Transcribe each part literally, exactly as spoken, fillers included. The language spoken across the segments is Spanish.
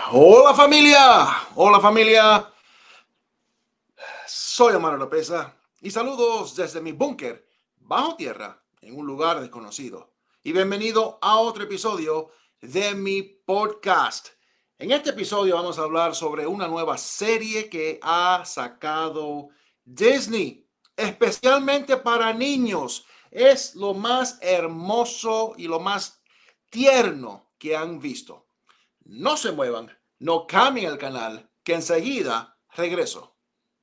Hola familia, hola familia, soy Omar Oropesa y saludos desde mi búnker bajo tierra en un lugar desconocido. Y bienvenido a otro episodio de mi podcast. En este episodio vamos a hablar sobre una nueva serie que ha sacado Disney, especialmente para niños. Es lo más hermoso y lo más tierno que han visto. No se muevan, no cambien el canal, que enseguida regreso.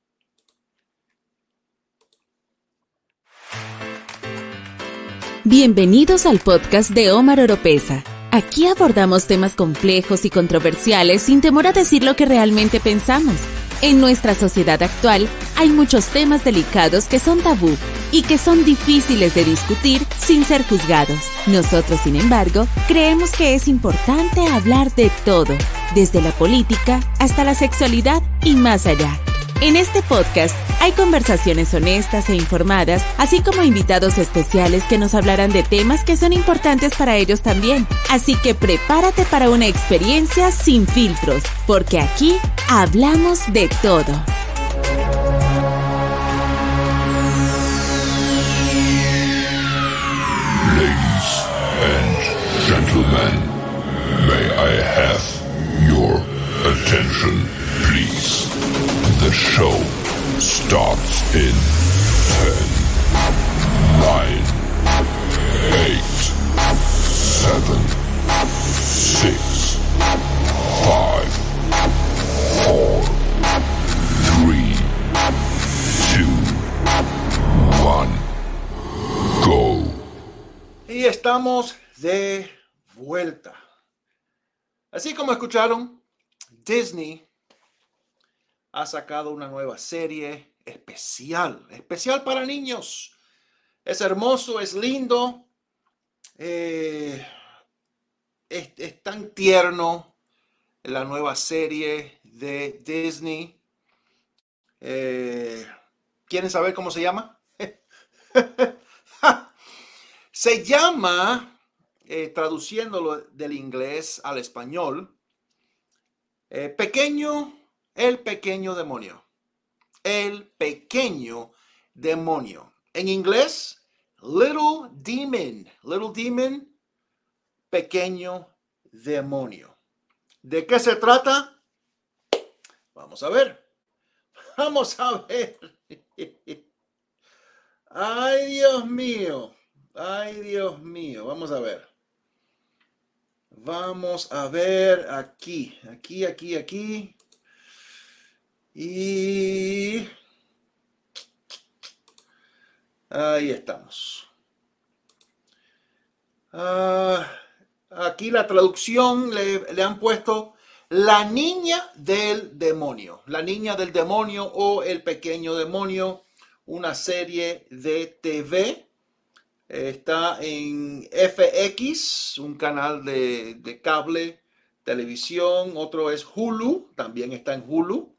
Bienvenidos al podcast de Omar Oropesa. Aquí abordamos temas complejos y controversiales sin temor a decir lo que realmente pensamos. En nuestra sociedad actual hay muchos temas delicados que son tabú y que son difíciles de discutir sin ser juzgados. Nosotros, sin embargo, creemos que es importante hablar de todo, desde la política hasta la sexualidad y más allá. En este podcast hay conversaciones honestas e informadas, así como invitados especiales que nos hablarán de temas que son importantes para ellos también. Así que prepárate para una experiencia sin filtros, porque aquí hablamos de todo. Ladies and gentlemen, may I have your attention, please? The show starts in ten, nine, eight, seven, six, five, four, three, two, one, go. Y estamos de vuelta. Así como escucharon, Disney ha sacado una nueva serie especial, especial para niños. Es hermoso, es lindo, eh, es, es tan tierno la nueva serie de Disney. Eh, ¿Quieren saber cómo se llama? Se llama, eh, traduciéndolo del inglés al español, eh, Pequeño... El pequeño demonio. El pequeño demonio. En inglés, Little Demon. Little Demon, pequeño demonio. ¿De qué se trata? Vamos a ver. Vamos a ver. Ay, Dios mío. Ay, Dios mío. Vamos a ver. Vamos a ver aquí. Aquí, aquí, aquí. Y ahí estamos. Uh, aquí la traducción le, le han puesto la niña del demonio. La niña del demonio o el pequeño demonio. Una serie de T V. Está en F X, un canal de, de cable, televisión. Otro es Hulu. También está en Hulu.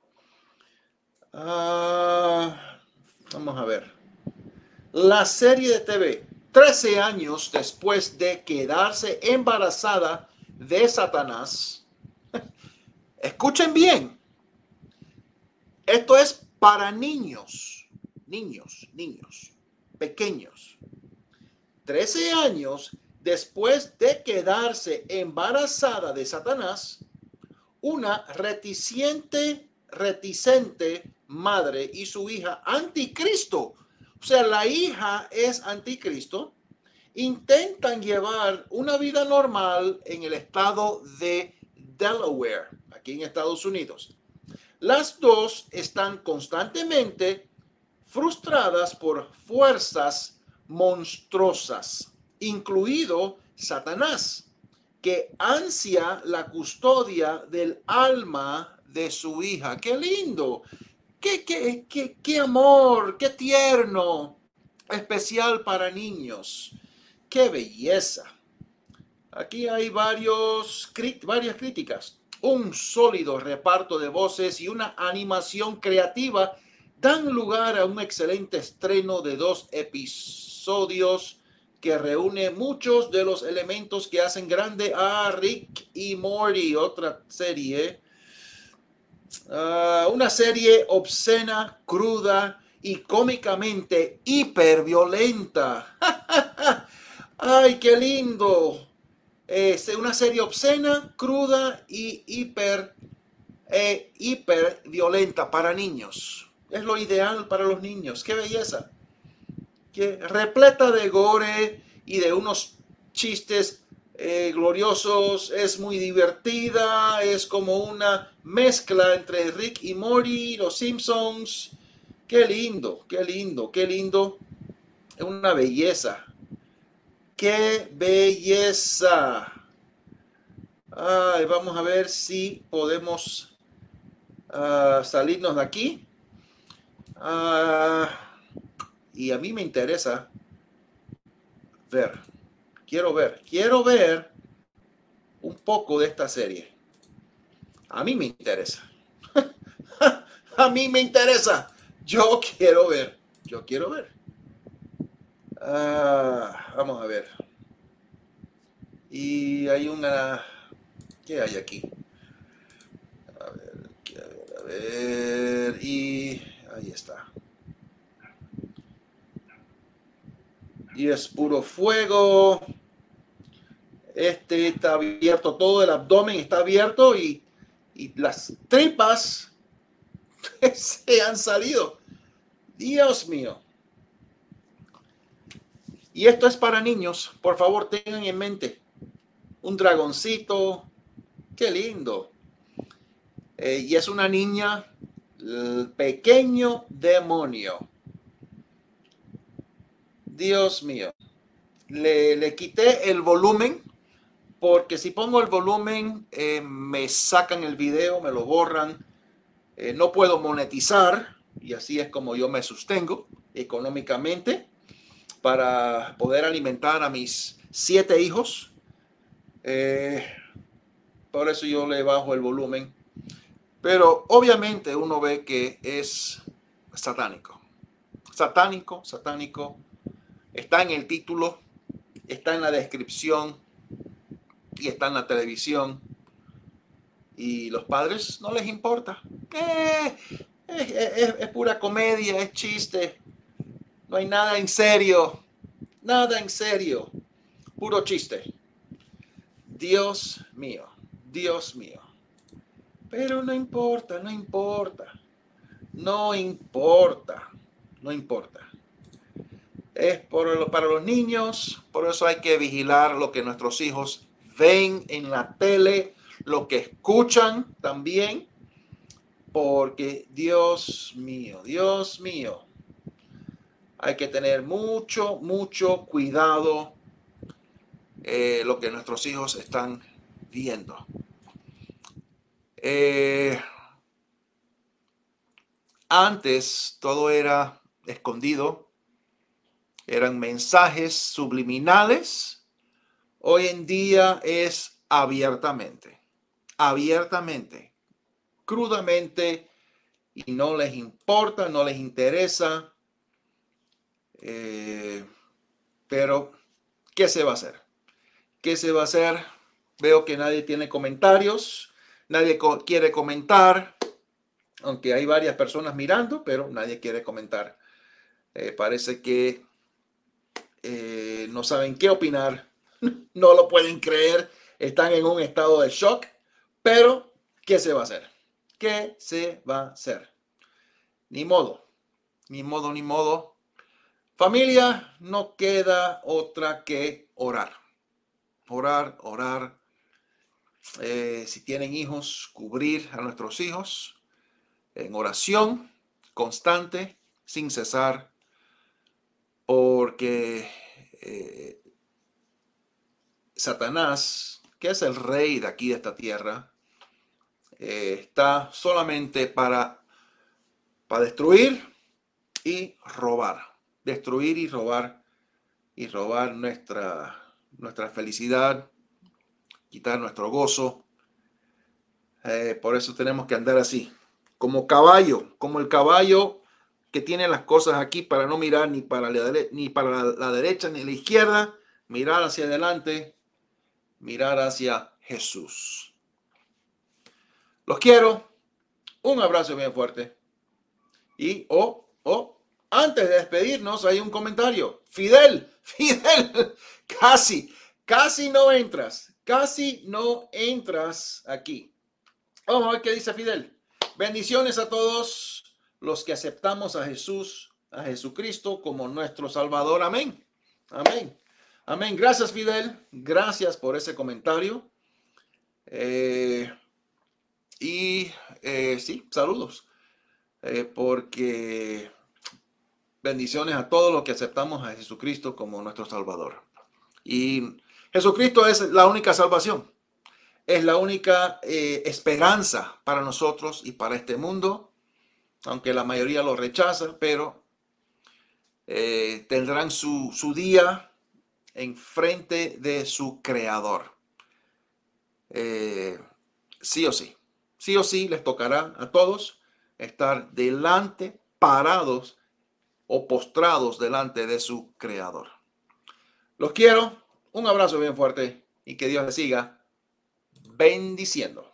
Uh, vamos a ver. La serie de T V, trece años después de quedarse embarazada de Satanás. Escuchen bien. Esto es para niños. Niños, niños, pequeños. trece años después de quedarse embarazada de Satanás, una reticente, reticente madre y su hija anticristo, o sea, la hija es anticristo, intentan llevar una vida normal en el estado de Delaware, aquí en Estados Unidos. Las dos están constantemente frustradas por fuerzas monstruosas, incluido Satanás, que ansia la custodia del alma de su hija. ¡Qué lindo! ¡Qué, qué, qué, qué amor! ¡Qué tierno! Especial para niños. ¡Qué belleza! Aquí hay varios, varias críticas. Un sólido reparto de voces y una animación creativa dan lugar a un excelente estreno de dos episodios que reúne muchos de los elementos que hacen grande a Rick y Morty, otra serie. Uh, una serie obscena, cruda y cómicamente hiperviolenta. ¡Ay, qué lindo! Es una serie obscena, cruda y hiper, eh, hiper violenta para niños. Es lo ideal para los niños. ¡Qué belleza! Que repleta de gore y de unos chistes eh, gloriosos. Es muy divertida. Es como una mezcla entre Rick y Morty, los Simpsons. ¡Qué lindo! ¡Qué lindo! ¡Qué lindo! Es una belleza. ¡Qué belleza! Ay, vamos a ver si podemos uh, salirnos de aquí. Uh, y a mí me interesa ver. Quiero ver. Quiero ver un poco de esta serie. A mí me interesa. A mí me interesa. Yo quiero ver. Yo quiero ver. Ah, vamos a ver. Y hay una... ¿Qué hay aquí? A ver, a ver, a ver. Y ahí está. Y es puro fuego. Este está abierto, todo el abdomen está abierto y, y las tripas se han salido. Dios mío. Y esto es para niños. Por favor, tengan en mente. Un dragoncito. Qué lindo. Eh, y es una niña. El pequeño demonio. Dios mío. Le, le quité el volumen. Porque si pongo el volumen, eh, me sacan el video, me lo borran. Eh, no puedo monetizar. Y así es como yo me sostengo económicamente. Para poder alimentar a mis siete hijos. Eh, por eso yo le bajo el volumen. Pero obviamente uno ve que es satánico. Satánico, satánico. Está en el título. Está en la descripción. Y está en la televisión. Y los padres no les importa. Eh, es, es, es pura comedia, es chiste. No hay nada en serio. Nada en serio. Puro chiste. Dios mío. Dios mío. Pero no importa, no importa. No importa. No importa. Es por, para los niños. Por eso hay que vigilar lo que nuestros hijos ven en la tele. Lo que escuchan también. Porque Dios mío. Dios mío. Hay que tener mucho, mucho cuidado eh, lo que nuestros hijos están viendo. Eh, antes todo era escondido. Eran mensajes subliminales. Hoy en día es abiertamente. Abiertamente. Crudamente. Y no les importa, no les interesa. Eh, pero, ¿qué se va a hacer? ¿Qué se va a hacer? Veo que nadie tiene comentarios, nadie co- quiere comentar, aunque hay varias personas mirando, pero nadie quiere comentar. Eh, parece que eh, no saben qué opinar, no lo pueden creer, están en un estado de shock, pero ¿qué se va a hacer? ¿Qué se va a hacer? Ni modo, ni modo, ni modo. Familia, no queda otra que orar. Orar, orar. Eh, si tienen hijos, cubrir a nuestros hijos en oración constante, sin cesar, porque eh, Satanás, que es el rey de aquí de esta tierra, eh, está solamente para, para destruir y robar. Destruir y robar y robar nuestra, nuestra felicidad, quitar nuestro gozo. Eh, por eso tenemos que andar así, como caballo, como el caballo que tiene las cosas aquí para no mirar ni para la, dere- ni para la, la derecha ni la izquierda, mirar hacia adelante, mirar hacia Jesús. Los quiero. Un abrazo bien fuerte. Y, oh, oh, antes de despedirnos hay un comentario. Fidel, Fidel, casi, casi no entras, casi no entras aquí. Vamos a ver qué dice Fidel. Bendiciones a todos los que aceptamos a Jesús, a Jesucristo como nuestro Salvador. Amén. Amén. Amén. Gracias, Fidel. Gracias por ese comentario. Eh, y eh, sí, saludos. Eh, porque bendiciones a todos los que aceptamos a Jesucristo como nuestro Salvador. Y Jesucristo es la única salvación. Es la única eh, esperanza para nosotros y para este mundo. Aunque la mayoría lo rechaza, pero eh, tendrán su, su día en frente de su Creador. Eh, sí o sí. Sí o sí les tocará a todos estar delante, parados o postrados delante de su Creador. Los quiero. Un abrazo bien fuerte y que Dios les siga bendiciendo.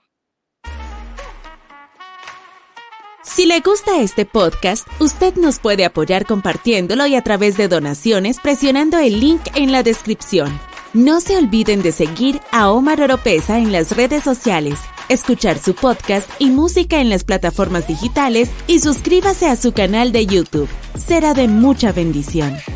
Si le gusta este podcast, usted nos puede apoyar compartiéndolo y a través de donaciones presionando el link en la descripción. No se olviden de seguir a Omar Oropeza en las redes sociales, escuchar su podcast y música en las plataformas digitales y suscríbase a su canal de YouTube. Será de mucha bendición.